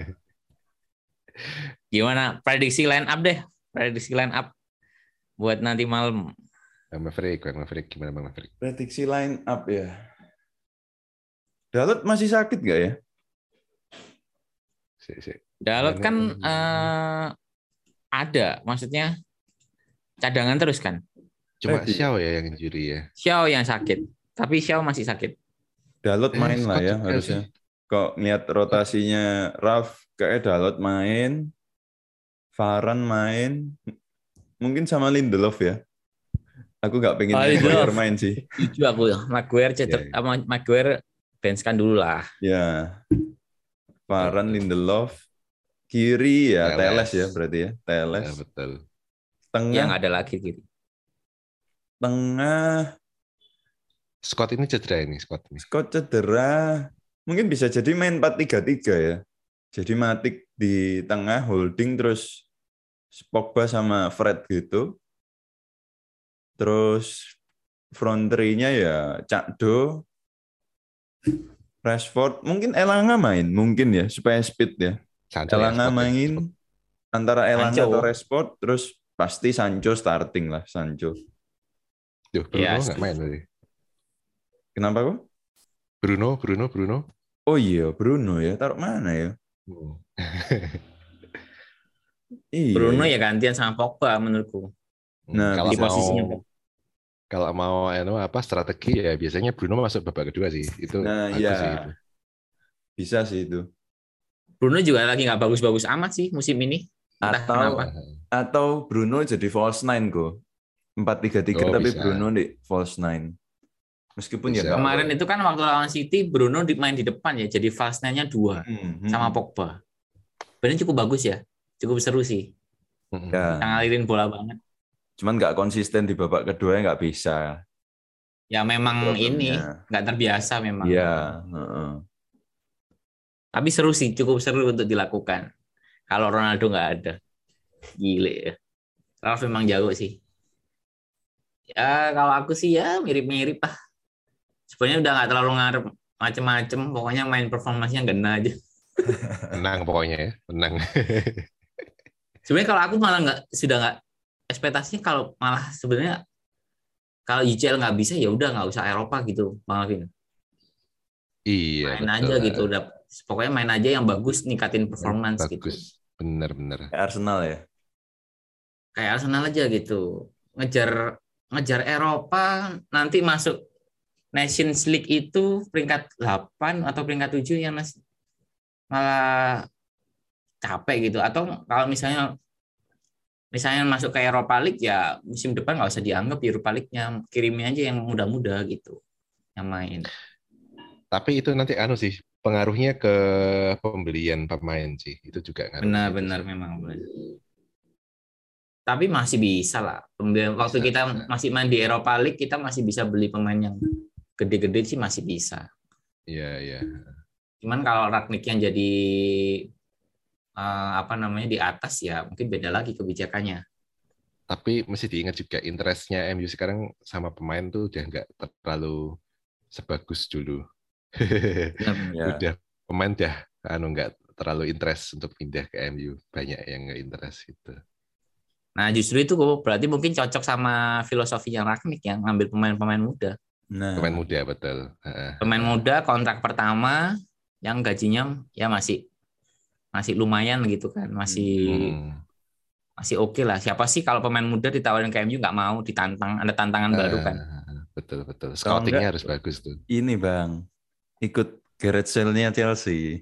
Gimana prediksi line up deh? Prediksi line up buat nanti malam. Bang Maverick, Bang Maverick gimana Bang Maverick? prediksi line up ya. Dalot masih sakit nggak ya? Si, si. Dalot kan Gimana? eh, ada, maksudnya cadangan terus kan. Cuma Eh, Xiao ya yang injury ya. Xiao yang sakit, tapi Xiao masih sakit. Dalot Eh, main lah Scott ya juga harusnya. sih. Kok ngeliat rotasinya Ralf, kayak Dalot main, Varane main, mungkin sama Lindelof ya. Aku nggak pengen Oh, Maguire Lindelof. main sih. Jujur aku, Maguire cedera, Iya, iya. sama Maguire benchkan dulu lah. Ya, Varane, Betul. Lindelof, kiri ya Teles Teles. ya berarti ya, Teles. Ya, betul. Tengah, Yang ada lagi gitu. tengah Scott ini cedera ini, Scott ini. Scott cedera, mungkin bisa jadi main empat tiga tiga ya. Jadi Matic di tengah, holding terus Pogba sama Fred gitu. Terus front three-nya ya Cakdo, Rashford, mungkin Elanga main, mungkin ya supaya speed ya. Sancho ya, Elanga Scott ya. main antara Elanga Sancho. atau Rashford, terus pasti Sancho starting lah, Sancho. Duh, Bruno Iya, nggak setuju. main tadi. Kenapa kok? Bruno, Bruno, Bruno. Oh iya, Bruno ya, taruh mana ya? Hmm. Iya. Bruno ya. ya gantian sama Pogba menurutku. Nah, kalau Di mau posisinya. kalau mau anu apa strategi ya biasanya Bruno masuk babak kedua sih. Itu Nah, bagus iya. sih itu. Bisa sih itu. Bruno juga lagi nggak bagus-bagus amat sih musim ini. Entah Atau kenapa. atau Bruno jadi false nine kok. empat tiga tiga Oh, tapi bisa. Bruno di false nine. Meskipun ya Bisa. nggak Kemarin apa. itu kan waktu lawan City, Bruno di- main di depan ya, jadi false nine-nya dua Hmm, hmm, sama hmm. Pogba. Benar cukup bagus ya, cukup seru sih. Ya. Kita ngalirin bola banget. Cuman nggak konsisten di babak kedua nggak bisa. Ya memang ini Problemnya. nggak terbiasa memang. Iya. heeh. Tapi seru sih, cukup seru untuk dilakukan. Kalau Ronaldo nggak ada, gile ya. Ralf memang jago sih. Ya kalau aku sih ya mirip-mirip lah. Sebenarnya udah nggak terlalu ngarep macem-macem. Pokoknya main performanya gena aja. Menang pokoknya ya, menang. Sebenarnya kalau aku malah nggak sudah nggak ekspektasinya kalau malah sebenarnya kalau U C L nggak bisa ya udah nggak usah Eropa gitu, Bang Alvin. Iya, Main betul. aja gitu udah. Pokoknya main aja yang bagus, ningkatin performance gitu. Bagus. Benar-benar. Kayak Arsenal ya. Kayak Arsenal aja gitu. Ngejar ngejar Eropa, nanti masuk Nations League itu peringkat delapan atau peringkat tujuh yang nas- malah capek gitu. Atau kalau misalnya misalnya masuk ke Europa League ya musim depan nggak usah dianggap Europa League-nya, kirimin aja yang muda-muda gitu yang main. Tapi itu nanti anu sih, pengaruhnya ke pembelian pemain sih. Itu juga ngaruh. Benar-benar memang benar. Tapi masih bisa lah. Pembelian waktu Bisa, kita bisa. masih main di Europa League kita masih bisa beli pemain yang gede-gede sih masih bisa. Iya, iya. Cuman kalau Rangnick yang jadi eh, apa namanya di atas ya mungkin beda lagi kebijakannya. Tapi mesti diingat juga interestnya M U sekarang sama pemain tuh udah nggak terlalu sebagus dulu. Ya. Udah pemain udah anu nggak terlalu interest untuk pindah ke M U, banyak yang nggak interest gitu. Nah justru itu kok berarti mungkin cocok sama filosofi yang Rangnick yang ngambil pemain-pemain muda. Nah. Pemain muda betul. Heeh. Pemain muda kontrak pertama yang gajinya ya masih masih lumayan gitu kan, masih Hmm. masih oke lah. Siapa sih kalau pemain muda ditawarin ke M U nggak mau ditantang, ada tantangan baru kan? Eh, betul betul. Kalau Scoutingnya enggak, harus bagus tuh. Ini Bang, ikut Gareth Sale-nya Chelsea.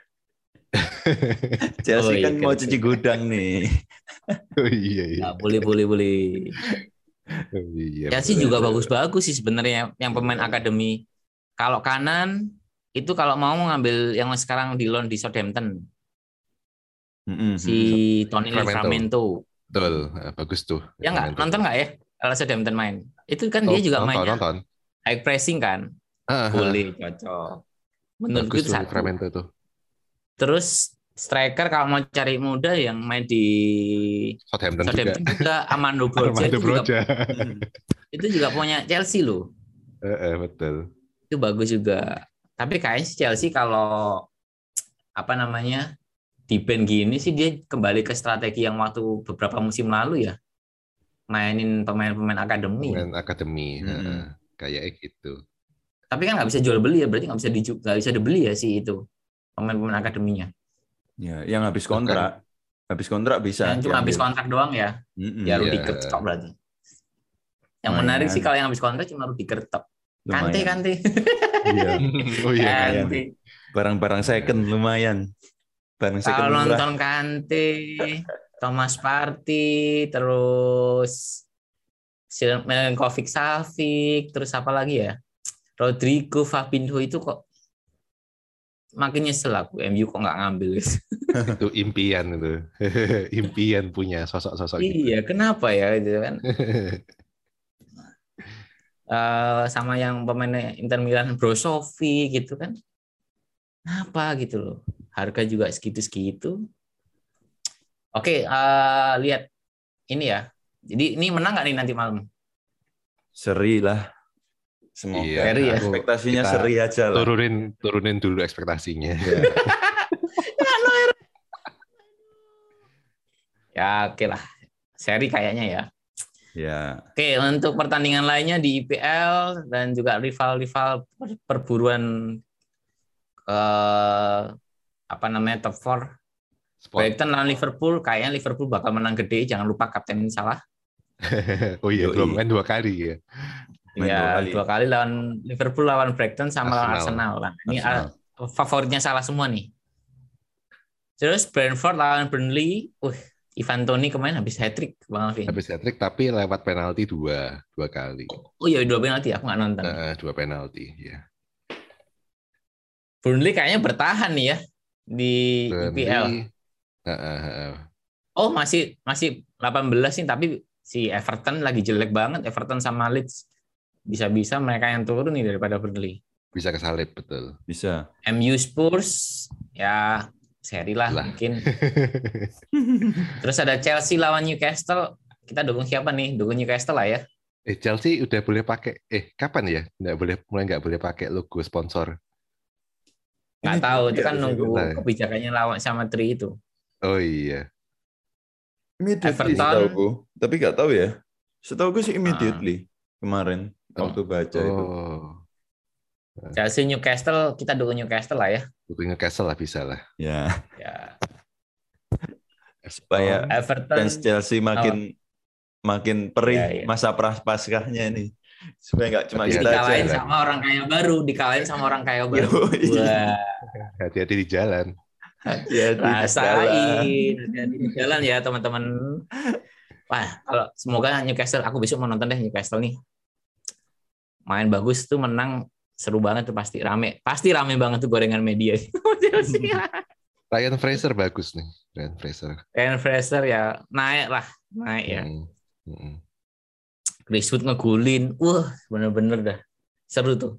Chelsea Oh, iya, kan mau Gareth cuci Sale. gudang nih. Oh iya iya. Ya, boleh boleh boleh. Oh, iya Chelsea betul. juga bagus-bagus sih sebenarnya yang pemain akademi. Kalau kanan itu kalau mau ngambil yang sekarang di loan di Southampton Mm-mm, si mm-mm. Tony Livramento. Livramento. Betul, eh, bagus tuh. Ya nggak Livramento. nonton nggak ya kalau Southampton main? Itu kan Oh, dia juga nonton, mainnya nonton. high pressing kan. Ah, ah, Boleh cocok. Menurutku bagus itu tuh satu. Livramento tuh. Terus striker kalau mau cari muda yang main di Southampton, Southampton juga. juga Armando Broja Armando itu juga Broja. hmm, itu juga punya Chelsea loh. Eh, eh, betul. Itu bagus juga. Tapi kayaknya si Chelsea kalau apa namanya di band gini sih dia kembali ke strategi yang waktu beberapa musim lalu ya, mainin pemain-pemain akademi. Pemain akademi, Mm-mm. kayaknya gitu. Tapi kan nggak bisa jual beli ya, berarti nggak bisa diju- nggak bisa dibeli ya sih itu pemain-pemain akademinya. Ya, yang habis Bukan. kontrak, habis kontrak bisa Yang cuma habis diambil. kontrak doang ya, Mm-mm. ya Iya. Rudy Kertop berarti. Yang Lumayan. menarik sih kalau yang habis kontrak cuma Rudy Kertop. Kante, Lumayan. Kante. Iya. Oh iya, Lumayan. Kante. Barang-barang second lumayan. Barang second Kalau murah. nonton Kante, Thomas Partey, terus Milenkovic Savic, terus apa lagi ya? Rodrigo, Fabinho itu kok makin nyesel aku. M U kok nggak ngambil. itu impian itu. Impian punya sosok-sosok gitu. Iya, kenapa ya gitu kan? Uh, sama yang pemain Inter Milan Brozovic gitu kan? Kenapa gitu loh? Harga juga segitu-segitu. Oke, uh, lihat ini ya. Jadi ini menang nggak nih nanti malam? Seri lah. Semoga. Iya, Seri ya? aku- Ekspektasinya kita seri aja lah. Turunin turunin dulu ekspektasinya. Ya. Ya oke lah. Seri kayaknya ya. Ya. Oke, untuk pertandingan lainnya di I P L dan juga rival-rival per- perburuan eh, apa namanya top four. Sport. Brighton lawan Liverpool, kayaknya Liverpool bakal menang gede. Jangan lupa kapten Salah. Oh iya, Yoi. dua main dua kali ya. Main Ya, dua kali. dua kali lawan Liverpool, lawan Brighton, sama lawan Arsenal. Arsenal. Nah, ini Arsenal. uh, favoritnya Salah semua nih. Terus Brentford lawan Burnley. Uh, Ivan Toney kemarin habis hat-trick, Bang Alvin. Habis hat-trick tapi lewat penalti dua dua kali. Oh iya, dua penalti, aku nggak nonton. Nah, dua penalti ya. Burnley kayaknya bertahan nih ya di I P L. Burnley, uh, uh, uh. Oh, masih masih delapan belas nih, tapi si Everton lagi jelek banget. Everton sama Leeds. Bisa-bisa mereka yang turun nih daripada Burnley. Bisa kesalip betul. Bisa. M U Spurs ya seri lah, Lah. mungkin. Terus ada Chelsea lawan Newcastle. Kita dukung siapa nih? Dukung Newcastle lah ya. eh Chelsea udah boleh pakai eh kapan ya? Nggak boleh mulai nggak boleh pakai logo sponsor. Nggak Ini tahu, itu juga kan nunggu lah ya. kebijakannya lawan sama Tri itu. Oh iya. Immediately Everton. setahuku. Tapi nggak tahu ya. Setahuku sih immediately. Kemarin. Oh. Waktu baca itu. Oh. Chelsea Newcastle, kita dukung Newcastle lah ya. Dukung Newcastle lah bisa lah. Ya. Ya. Supaya Everton fans Chelsea makin makin perih Iya, iya. masa pras paskahnya ini. Supaya nggak cuma Hati-hati kita aja. dikalahin jalan. sama orang kaya baru, dikalahin sama orang kaya baru. Yoi. Wah, Hati-hati di jalan. Hati-hati di jalan. rasain hati-hati di jalan ya teman-teman. Wah, kalau semoga Newcastle, aku besok mau nonton deh Newcastle nih. Main bagus tuh, menang seru banget tuh, pasti rame. Pasti rame banget tuh gorengan media. Ryan Fraser bagus nih. Ryan Fraser. Ryan Fraser ya naik lah, naik ya. Hmm. Hmm. Chris Wood ngegulin. Wah, bener-bener dah. Seru tuh.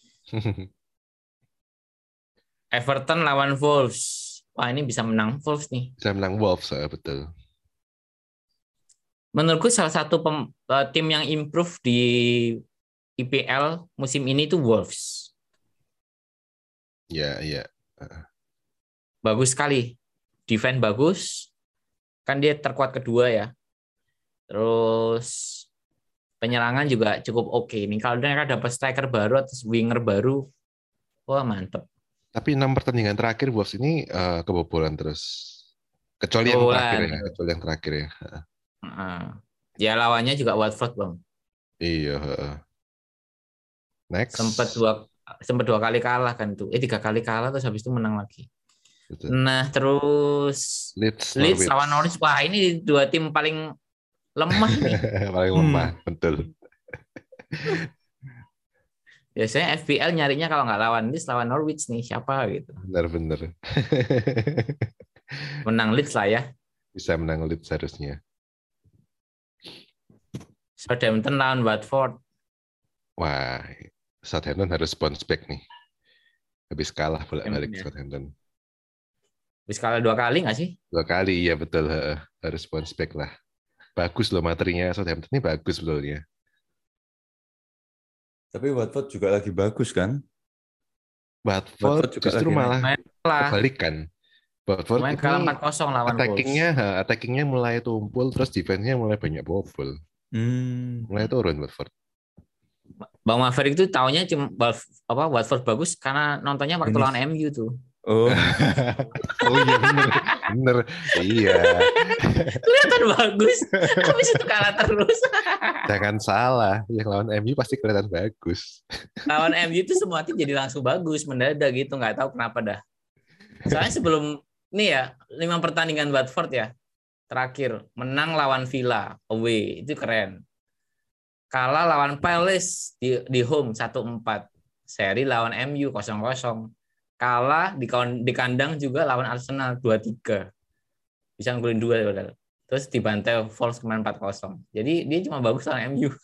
Everton lawan Wolves. Wah, ini bisa menang Wolves nih. Bisa menang Wolves, ah, betul. Menurutku salah satu pem, uh, tim yang improve di I P L musim ini tuh Wolves. Ya, ya. Bagus sekali. Defense bagus. Kan dia terkuat kedua ya. Terus penyerangan juga cukup oke nih. Kalau mereka dapat striker baru atau winger baru, wah mantep. Tapi enam pertandingan terakhir Wolves ini uh, kebobolan terus. Kecuali yang Kebobolan. terakhir ya. Kecuali yang terakhir ya. Uh, ya lawannya juga Watford, Bang. Iya. Uh. Next. Sempat dua sempat dua kali kalah kan tuh. Eh tiga kali kalah terus habis itu menang lagi. Betul. Nah, terus Leeds, Leeds Norwich. lawan Norwich. Wah, ini dua tim paling lemah nih. Paling lemah, betul. Biasanya F P L nyarinya kalau nggak lawan Leeds, lawan Norwich nih. Siapa gitu. Benar-benar. Menang Leeds lah ya. Bisa menang Leeds harusnya. Southampton lawan Watford. Wah, Southampton harus bounce back nih. Habis kalah bolak-balik Ya. Southampton. Habis kalah dua kali nggak sih? Dua kali, iya betul. Harus bounce back lah. Bagus loh materinya Southampton ini, bagus sebetulnya. Tapi Watford juga lagi bagus kan? Watford Watford juga justru lagi naik. malah Main kalah. kebalikan. Watford Main ini kalah empat kosong lawan Wolves. attackingnya, attackingnya mulai tumpul, terus defense-nya mulai banyak bobol, Hmm. mulai turun Watford. Bang Maverick itu taunya cuma apa Watford bagus karena nontonnya waktu Ini- lawan M U tuh. Oh, Oh iya bener, bener, iya. Kelihatan bagus. Habis itu kalah terus. Jangan salah, yang lawan M U pasti kelihatan bagus. Lawan M U itu semua tim jadi langsung bagus mendadak gitu, nggak tahu kenapa dah. Soalnya sebelum ini ya lima pertandingan Watford ya terakhir menang lawan Villa away itu keren. Kalah lawan Palace di, di home satu empat. Seri lawan M U kosong kosong. Kalah di, di kandang juga lawan Arsenal dua tiga. Bisa ngulin dua padahal. Terus dibantai Wolves kemarin empat kosong. Jadi dia cuma bagus lawan M U.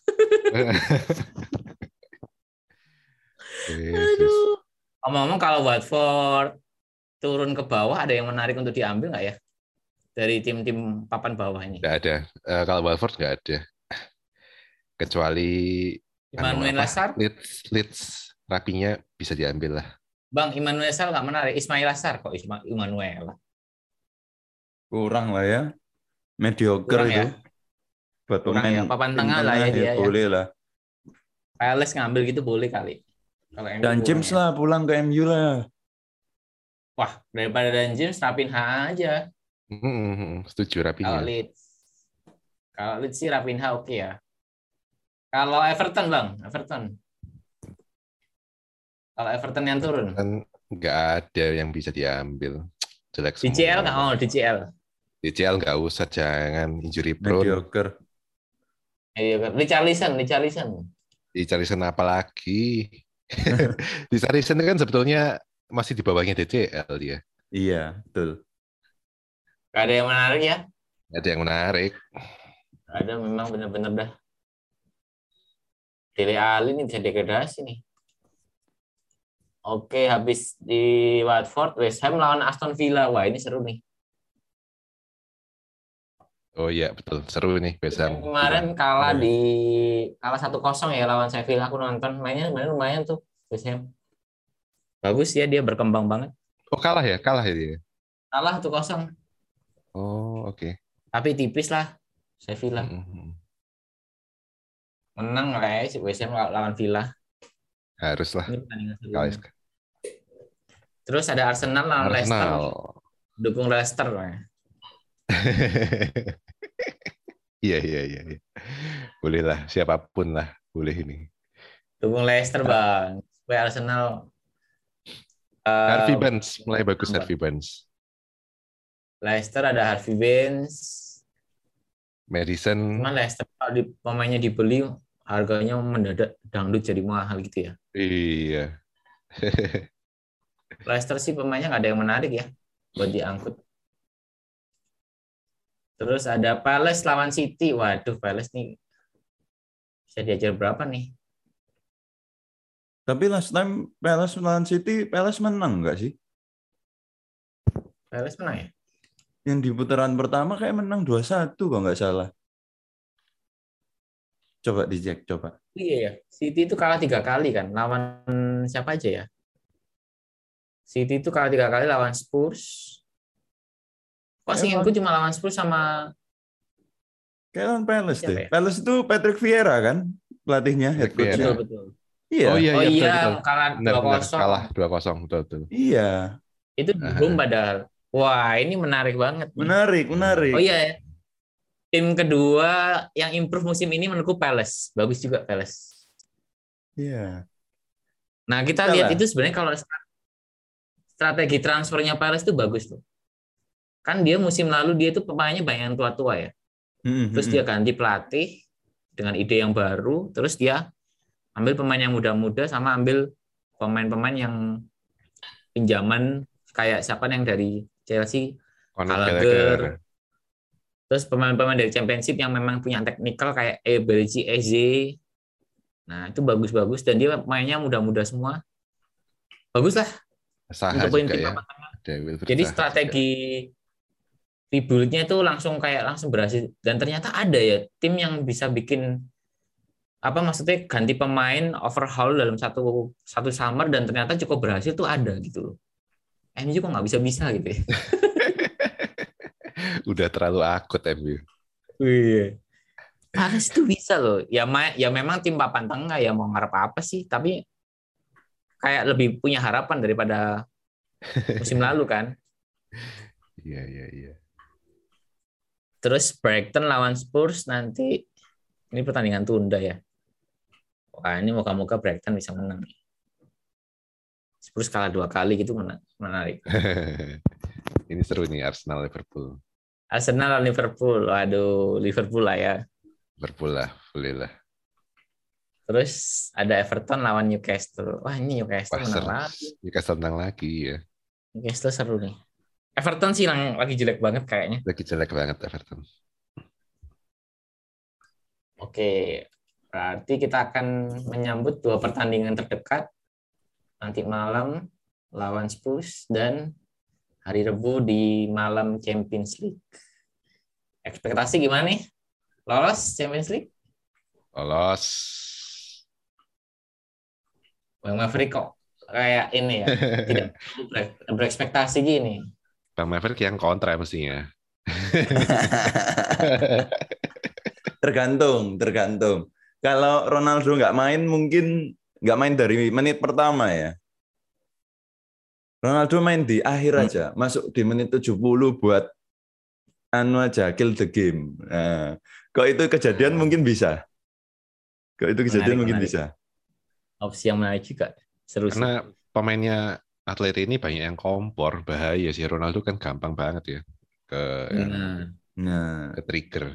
Aduh. Ngomong-ngomong kalau Watford turun ke bawah ada yang menarik untuk diambil nggak ya? Dari tim-tim papan bawah ini. Nggak ada. Uh, kalau Watford nggak ada. Kecuali Emmanuel Lassar. Leeds, Leeds rapinya bisa diambil lah. Bang, Emmanuel Lassar nggak menarik. Ismail Lassar kok Emmanuel. kurang lah ya. Mediocre Kurang itu. ya? Buat Kurang pemain ya. Papan tim tengah lah ya dia ya. boleh lah. Palace ngambil gitu boleh kali. Kalau M U Dan James ya. lah pulang ke M U lah. Wah, daripada Dan James Rapinha aja. Hmm, setuju Kalau rapinya. Leeds. Kalau Leeds sih Rapinha oke okay ya. Kalau Everton Bang, Everton. Kalau Everton yang turun. Kan nggak ada yang bisa diambil. Jelek semua. D C L nggak mau, D C L. D C L nggak usah, jangan injury prone. Mediocre. Iya, Richarlison, Richarlison. Richarlison apa lagi? Richarlison kan sebetulnya masih di bawahnya D C L dia. Iya, betul. Gak ada yang menarik ya? Gak ada yang menarik. Gak ada, memang benar-benar dah. Dele Alli ini bisa degradasi nih. Oke, habis di Watford, West Ham lawan Aston Villa. Wah, ini seru nih. Oh iya, betul. Seru nih West Ham. Kemarin kalah Iya. di kalah satu kosong ya lawan Sheffield. Aku nonton mainnya mainnya lumayan tuh West Ham. Bagus ya, dia berkembang banget. Oh, kalah ya? Kalah ya dia? Kalah satu kosong. Oh, oke. Okay. Tapi tipis lah Sheffield. Mm-hmm. Menang lah ya si West Ham lawan Villa. Haruslah. Ini pertandingan seru. Terus ada Arsenal lawan Leicester. Dukung Leicester lah. Iya, iya, iya. Boleh lah, siapapun lah. Boleh ini. Dukung Leicester, Bang. Supaya Arsenal... Uh, Harvey Barnes. Mulai bagus tambah. Harvey Barnes. Leicester ada Harvey Barnes. Madison. Cuman Leicester kalau di, pemainnya dibeli, harganya mendadak dangdut jadi mahal gitu ya. Iya. Leicester sih pemainnya nggak ada yang menarik ya buat diangkut. Terus ada Palace lawan City. Waduh, Palace nih bisa diajar berapa nih? Tapi last time Palace lawan City, Palace menang nggak sih? Palace menang ya? Yang di putaran pertama kayak menang dua satu kalau nggak salah. Coba dicek, coba. Iya ya, City itu kalah tiga kali kan, lawan siapa aja ya? City itu kalah tiga kali lawan Spurs. Kok singinku cuma lawan Spurs sama... Kayak lawan Palace siapa deh. Ya? Palace itu Patrick Vieira kan pelatihnya, head coach-nya. Betul, betul. Iya. Oh iya, oh, iya, iya betul, betul. kalah dua kosong. Kalah dua kosong, betul, betul. Iya. Itu belum padahal. Wah, ini menarik banget. Nih. Menarik, menarik. Oh iya, tim kedua yang improve musim ini menurutku Palace. Bagus juga Palace. Iya. Nah, kita Salah. lihat itu sebenarnya kalau strategi transfernya Palace itu bagus tuh. Kan dia musim lalu dia itu pemainnya banyak yang tua-tua ya. Hmm, Terus hmm, dia ganti pelatih dengan ide yang baru, terus dia ambil pemain yang muda-muda sama ambil pemain-pemain yang pinjaman kayak siapa yang dari Chelsea, Gallagher. Terus pemain-pemain dari Championship yang memang punya teknikal kayak Eberechi Eze. Nah, itu bagus-bagus dan dia mainnya muda-muda semua. Bagus lah. Saha untuk juga tim ya. Jadi strategi rebuild-nya itu langsung kayak langsung berhasil dan ternyata ada ya tim yang bisa bikin apa maksudnya ganti pemain overhaul dalam satu satu summer dan ternyata cukup berhasil tuh ada gitu loh. M U kok nggak bisa-bisa gitu ya. Udah terlalu akut M U. Iya. Paris tuh bisa loh. Ya ma- ya memang tim papan tengah ya mau ngarep apa sih, tapi kayak lebih punya harapan daripada musim lalu kan. Iya, iya, iya. Terus Brighton lawan Spurs nanti ini pertandingan tunda ya. Wah, ini moga-moga Brighton bisa menang. Spurs kalah dua kali gitu menang, menarik. Ini seru nih Arsenal Liverpool. Arsenal lawan Liverpool. Waduh, Liverpool lah ya. Liverpool lah, boleh lah. Terus ada Everton lawan Newcastle. Wah, ini Newcastle Wah, menang seru. lagi. Newcastle menang lagi ya. Newcastle seru nih. Everton sih yang lagi jelek banget kayaknya. Lagi jelek banget Everton. Oke, berarti kita akan menyambut dua pertandingan terdekat. Nanti malam lawan Spurs dan hari Rabu di malam Champions League. Ekspektasi gimana nih? Lolos Champions League? Lolos. Bang Maverick kok kayak ini ya, tidak ber- berekspektasi gini. Bang Maverick yang kontra mestinya. Tergantung, tergantung. Kalau Ronaldo nggak main, mungkin nggak main dari menit pertama ya. Ronaldo main di akhir aja, masuk di menit tujuh puluh buat anu aja, kill the game. Nah, kok itu kejadian mungkin bisa. Kok itu kejadian Menarik, mungkin menarik. bisa. Opsi yang menarik juga. Seru sih. Karena pemainnya atlet ini banyak yang kompor, bahaya sih. Ronaldo kan gampang banget ya ke yang Nah, Nah, ke trigger.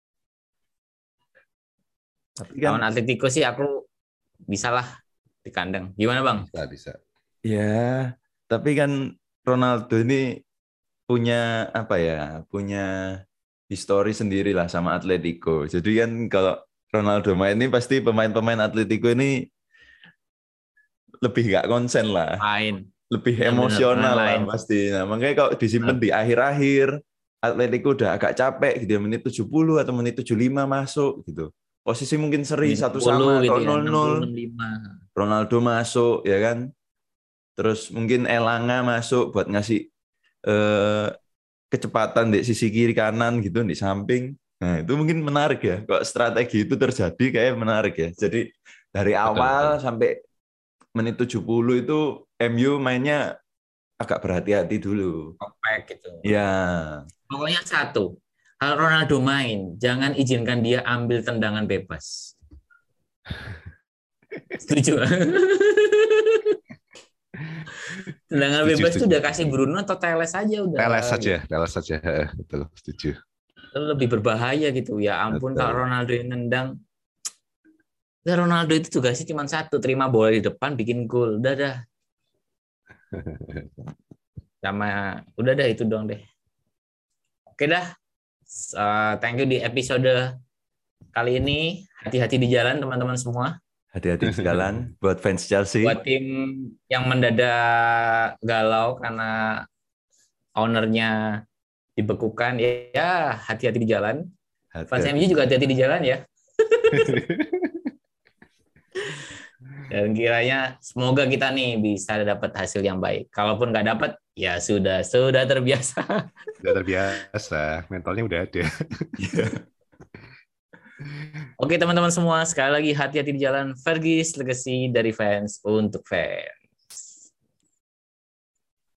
tapi kan lawan Atletico sih aku bisa lah di kandang. Gimana Bang? Bisa, bisa. ya, tapi kan Ronaldo ini punya apa ya? Punya histori sendiri lah sama Atletico. Jadi kan kalau Ronaldo main ini pasti pemain-pemain Atletico ini lebih nggak konsen lah, Main. lebih Ya, bener, emosional lah lain. pasti. Nah, makanya kalau disimpan di akhir-akhir, Atletico udah agak capek gitu ya, menit tujuh puluh atau menit tujuh puluh lima masuk gitu. Posisi mungkin seri satu sama atau gitu ya, nol nol. enam puluh, enam puluh lima. Ronaldo masuk ya kan. Terus mungkin Elanga masuk buat ngasih eh, kecepatan di sisi kiri kanan gitu di samping. Nah, itu mungkin menarik ya. Kok strategi itu terjadi kayak menarik ya. Jadi dari awal Betul. sampai menit tujuh puluh itu M U mainnya agak berhati-hati dulu. Compact gitu. Ya. Pokoknya satu, kalau Ronaldo main, jangan izinkan dia ambil tendangan bebas. Setuju? Tendangan Setuju, bebas itu setuju. udah kasih Bruno atau Teles aja udah. Teles saja, teles saja. Betul, setuju. Lebih berbahaya gitu. Ya ampun, Betul. kalau Ronaldo yang nendang, ya Ronaldo itu tugasnya cuma satu, terima bola di depan, bikin gol. Udah dah. Sama, udah dah itu doang deh. Oke dah. Uh, thank you di episode kali ini. Hati-hati di jalan teman-teman semua. Hati-hati di jalan buat fans Chelsea. Buat tim yang mendadak galau karena ownernya dibekukan, ya hati-hati di jalan. Fans M U juga hati-hati di jalan ya. Dan kiranya semoga kita nih bisa dapat hasil yang baik. Kalaupun nggak dapat, ya sudah, sudah terbiasa. Sudah terbiasa, mentalnya udah ada. Oke teman-teman semua, sekali lagi hati-hati di jalan. Fergie's Legacy dari fans untuk fans.